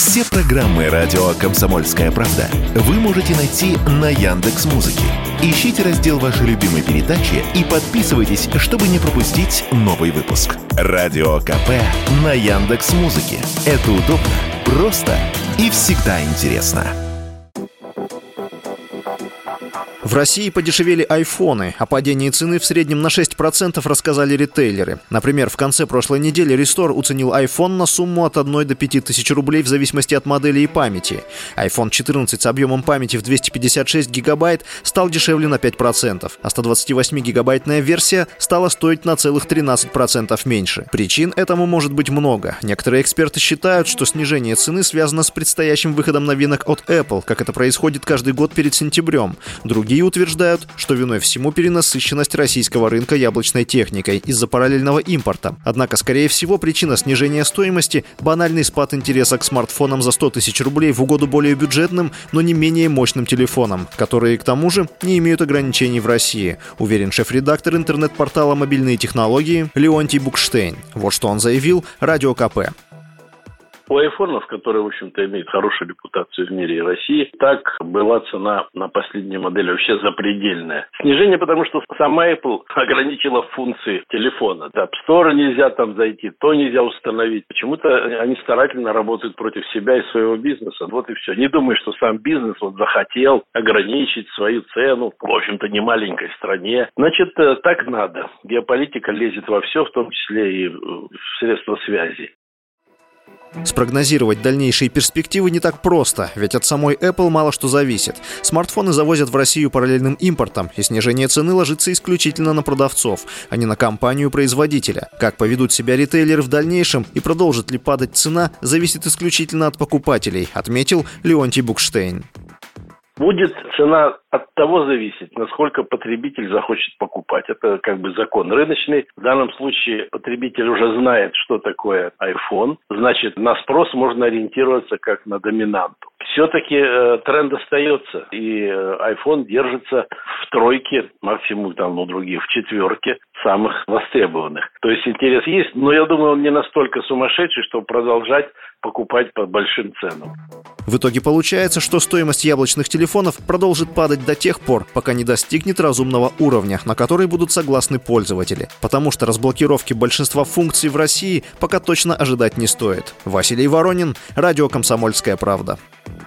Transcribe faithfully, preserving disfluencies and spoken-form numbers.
Все программы радио «Комсомольская правда» вы можете найти на Яндекс.Музыке. Ищите раздел вашей любимой передачи и подписывайтесь, чтобы не пропустить новый выпуск. Радио КП на Яндекс.Музыке. Это удобно, просто и всегда интересно. В России подешевели айфоны. О падении цены в среднем на шесть процентов рассказали ритейлеры. Например, в конце прошлой недели Рестор оценил iPhone на сумму от одной до пяти тысяч рублей в зависимости от модели и памяти. айфон четырнадцать с объемом памяти в двести пятьдесят шесть гигабайт стал дешевле на пять процентов, а сто двадцативосьмигигабайтная версия стала стоить на целых тринадцать процентов меньше. Причин этому может быть много. Некоторые эксперты считают, что снижение цены связано с предстоящим выходом новинок от Apple, как это происходит каждый год перед сентябрем. Другие утверждают, что виной всему перенасыщенность российского рынка яблочной техникой из-за параллельного импорта. Однако, скорее всего, причина снижения стоимости – банальный спад интереса к смартфонам за сто тысяч рублей в угоду более бюджетным, но не менее мощным телефонам, которые, к тому же, не имеют ограничений в России, уверен шеф-редактор интернет-портала «Мобильные технологии» Леонтий Букштейн. Вот что он заявил Радио КП. У айфонов, которые, в общем-то, имеют хорошую репутацию в мире и России, так была цена на последнюю модель вообще запредельная. Снижение, потому что сама Apple ограничила функции телефона. В App Store нельзя там зайти, то нельзя установить. Почему-то они старательно работают против себя и своего бизнеса. Вот и все. Не думаю, что сам бизнес вот захотел ограничить свою цену, в общем-то, не маленькой стране. Значит, так надо. Геополитика лезет во все, в том числе и в средства связи. Спрогнозировать дальнейшие перспективы не так просто, ведь от самой Apple мало что зависит. Смартфоны завозят в Россию параллельным импортом, и снижение цены ложится исключительно на продавцов, а не на компанию-производителя. Как поведут себя ритейлеры в дальнейшем и продолжит ли падать цена, зависит исключительно от покупателей, отметил Леонтий Букштейн. Будет цена от того зависеть, насколько потребитель захочет покупать. Это как бы закон рыночный. В данном случае потребитель уже знает, что такое iPhone. Значит, на спрос можно ориентироваться как на доминанту. Все-таки э, тренд остается, и э, iPhone держится в тройке, максимум там у других в четверке самых востребованных. То есть интерес есть, но я думаю, он не настолько сумасшедший, чтобы продолжать покупать по большим ценам. В итоге получается, что стоимость яблочных телефонов продолжит падать до тех пор, пока не достигнет разумного уровня, на который будут согласны пользователи. Потому что разблокировки большинства функций в России пока точно ожидать не стоит. Василий Воронин, Радио «Комсомольская правда».